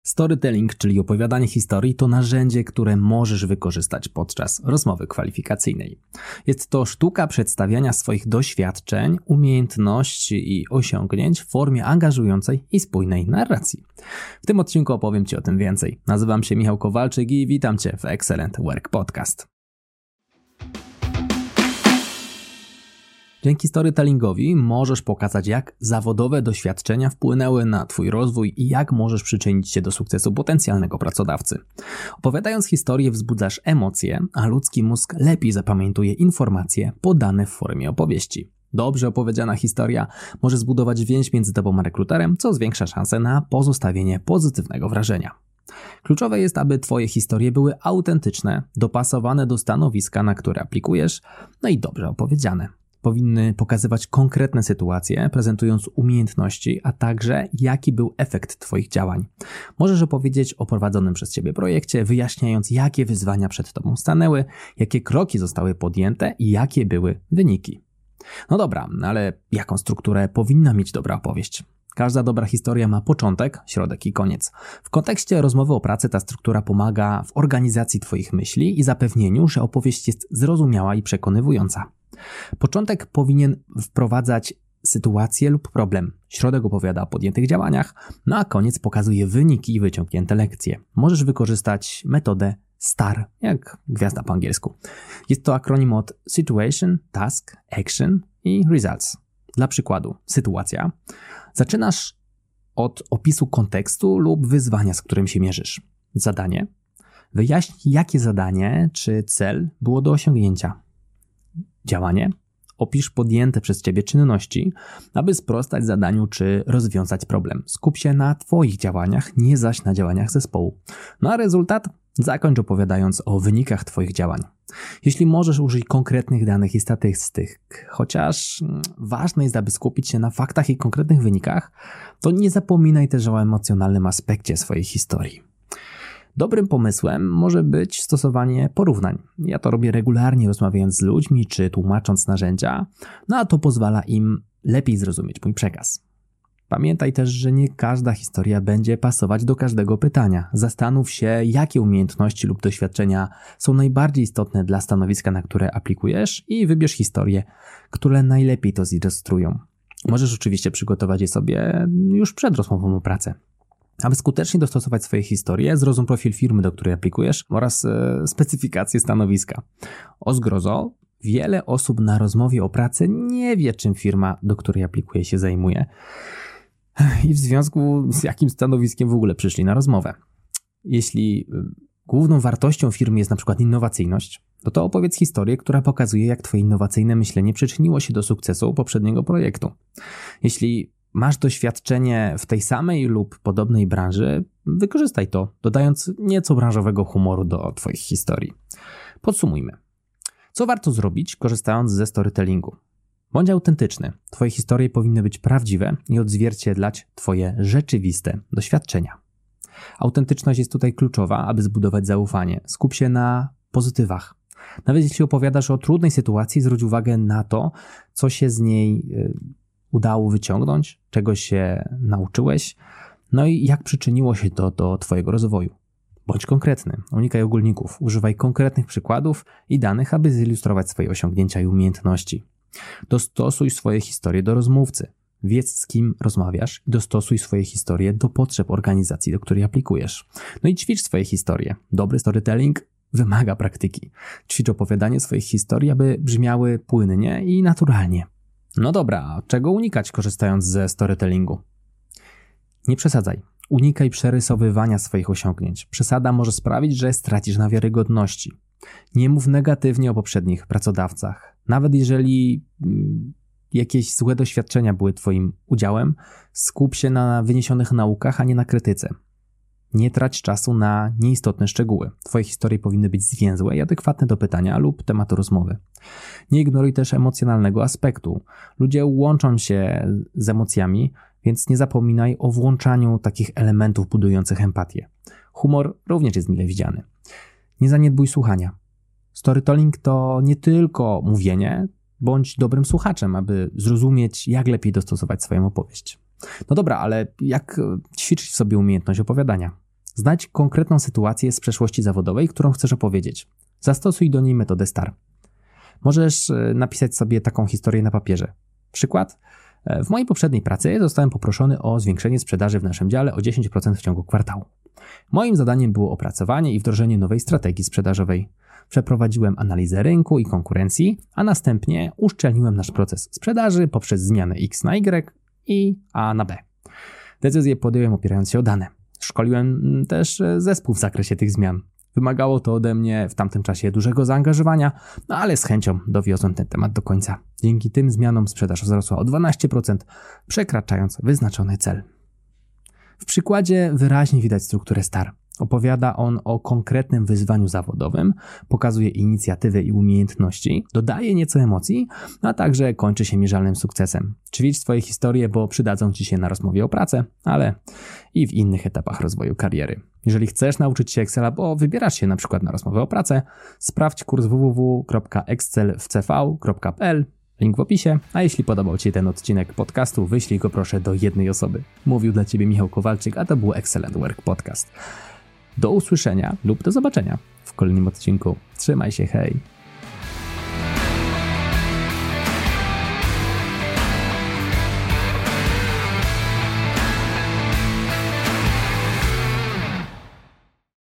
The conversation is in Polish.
Storytelling, czyli opowiadanie historii, to narzędzie, które możesz wykorzystać podczas rozmowy kwalifikacyjnej. Jest to sztuka przedstawiania swoich doświadczeń, umiejętności i osiągnięć w formie angażującej i spójnej narracji. W tym odcinku opowiem Ci o tym więcej. Nazywam się Michał Kowalczyk i witam Cię w Excellent Work Podcast. Dzięki storytellingowi możesz pokazać, jak zawodowe doświadczenia wpłynęły na Twój rozwój i jak możesz przyczynić się do sukcesu potencjalnego pracodawcy. Opowiadając historię wzbudzasz emocje, a ludzki mózg lepiej zapamiętuje informacje podane w formie opowieści. Dobrze opowiedziana historia może zbudować więź między Tobą a rekruterem, co zwiększa szanse na pozostawienie pozytywnego wrażenia. Kluczowe jest, aby Twoje historie były autentyczne, dopasowane do stanowiska, na które aplikujesz, no i dobrze opowiedziane. Powinny pokazywać konkretne sytuacje, prezentując umiejętności, a także jaki był efekt Twoich działań. Możesz opowiedzieć o prowadzonym przez Ciebie projekcie, wyjaśniając, jakie wyzwania przed Tobą stanęły, jakie kroki zostały podjęte i jakie były wyniki. No dobra, ale jaką strukturę powinna mieć dobra opowieść? Każda dobra historia ma początek, środek i koniec. W kontekście rozmowy o pracy ta struktura pomaga w organizacji Twoich myśli i zapewnieniu, że opowieść jest zrozumiała i przekonywująca. Początek powinien wprowadzać sytuację lub problem. Środek opowiada o podjętych działaniach, no a koniec pokazuje wyniki i wyciągnięte lekcje. Możesz wykorzystać metodę STAR, jak gwiazda po angielsku. Jest to akronim od Situation, Task, Action i Results. Dla przykładu, sytuacja. Zaczynasz od opisu kontekstu lub wyzwania, z którym się mierzysz. Zadanie. Wyjaśnij, jakie zadanie czy cel było do osiągnięcia. Działanie. Opisz podjęte przez Ciebie czynności, aby sprostać zadaniu czy rozwiązać problem. Skup się na Twoich działaniach, nie zaś na działaniach zespołu. No a rezultat? Zakończ opowiadając o wynikach Twoich działań. Jeśli możesz użyć konkretnych danych i statystyk, chociaż ważne jest, aby skupić się na faktach i konkretnych wynikach, to nie zapominaj też o emocjonalnym aspekcie swojej historii. Dobrym pomysłem może być stosowanie porównań. Ja to robię regularnie, rozmawiając z ludźmi czy tłumacząc narzędzia, no a to pozwala im lepiej zrozumieć mój przekaz. Pamiętaj też, że nie każda historia będzie pasować do każdego pytania. Zastanów się, jakie umiejętności lub doświadczenia są najbardziej istotne dla stanowiska, na które aplikujesz i wybierz historie, które najlepiej to zilustrują. Możesz oczywiście przygotować je sobie już przed rozmową o pracę. Aby skutecznie dostosować swoje historie, zrozum profil firmy, do której aplikujesz oraz specyfikację stanowiska. O zgrozo, wiele osób na rozmowie o pracę nie wie, czym firma, do której aplikuje, się zajmuje i w związku z jakim stanowiskiem w ogóle przyszli na rozmowę. Jeśli główną wartością firmy jest na przykład innowacyjność, to opowiedz historię, która pokazuje, jak Twoje innowacyjne myślenie przyczyniło się do sukcesu poprzedniego projektu. Jeśli masz doświadczenie w tej samej lub podobnej branży, wykorzystaj to, dodając nieco branżowego humoru do Twoich historii. Podsumujmy. Co warto zrobić, korzystając ze storytellingu? Bądź autentyczny. Twoje historie powinny być prawdziwe i odzwierciedlać Twoje rzeczywiste doświadczenia. Autentyczność jest tutaj kluczowa, aby zbudować zaufanie. Skup się na pozytywach. Nawet jeśli opowiadasz o trudnej sytuacji, zwróć uwagę na to, co się z niej udało wyciągnąć, czego się nauczyłeś, no i jak przyczyniło się to do Twojego rozwoju. Bądź konkretny, unikaj ogólników, używaj konkretnych przykładów i danych, aby zilustrować swoje osiągnięcia i umiejętności. Dostosuj swoje historie do rozmówcy. Wiedz, z kim rozmawiasz i dostosuj swoje historie do potrzeb organizacji, do której aplikujesz. No i ćwicz swoje historie. Dobry storytelling wymaga praktyki. Ćwicz opowiadanie swoich historii, aby brzmiały płynnie i naturalnie. No dobra, czego unikać, korzystając ze storytellingu? Nie przesadzaj. Unikaj przerysowywania swoich osiągnięć. Przesada może sprawić, że stracisz na wiarygodności. Nie mów negatywnie o poprzednich pracodawcach. Nawet jeżeli jakieś złe doświadczenia były Twoim udziałem, skup się na wyniesionych naukach, a nie na krytyce. Nie trać czasu na nieistotne szczegóły. Twoje historie powinny być zwięzłe i adekwatne do pytania lub tematu rozmowy. Nie ignoruj też emocjonalnego aspektu. Ludzie łączą się z emocjami, więc nie zapominaj o włączaniu takich elementów budujących empatię. Humor również jest mile widziany. Nie zaniedbuj słuchania. Storytelling to nie tylko mówienie, bądź dobrym słuchaczem, aby zrozumieć, jak lepiej dostosować swoją opowieść. No dobra, ale jak ćwiczyć w sobie umiejętność opowiadania? Znajdź konkretną sytuację z przeszłości zawodowej, którą chcesz opowiedzieć. Zastosuj do niej metodę STAR. Możesz napisać sobie taką historię na papierze. Przykład. W mojej poprzedniej pracy zostałem poproszony o zwiększenie sprzedaży w naszym dziale o 10% w ciągu kwartału. Moim zadaniem było opracowanie i wdrożenie nowej strategii sprzedażowej. Przeprowadziłem analizę rynku i konkurencji, a następnie uszczelniłem nasz proces sprzedaży poprzez zmianę X na Y i A na B. Decyzję podjąłem opierając się o dane. Szkoliłem też zespół w zakresie tych zmian. Wymagało to ode mnie w tamtym czasie dużego zaangażowania, ale z chęcią dowiozłem ten temat do końca. Dzięki tym zmianom sprzedaż wzrosła o 12%, przekraczając wyznaczony cel. W przykładzie wyraźnie widać strukturę STAR. Opowiada on o konkretnym wyzwaniu zawodowym, pokazuje inicjatywę i umiejętności, dodaje nieco emocji, a także kończy się mierzalnym sukcesem. Ćwicz swoje historie, bo przydadzą Ci się na rozmowie o pracę, ale i w innych etapach rozwoju kariery. Jeżeli chcesz nauczyć się Excela, bo wybierasz się na przykład na rozmowę o pracę, sprawdź kurs www.excelwcv.pl, link w opisie, a jeśli podobał Ci się ten odcinek podcastu, wyślij go proszę do jednej osoby. Mówił dla Ciebie Michał Kowalczyk, a to był Excellent Work Podcast. Do usłyszenia lub do zobaczenia w kolejnym odcinku. Trzymaj się, hej!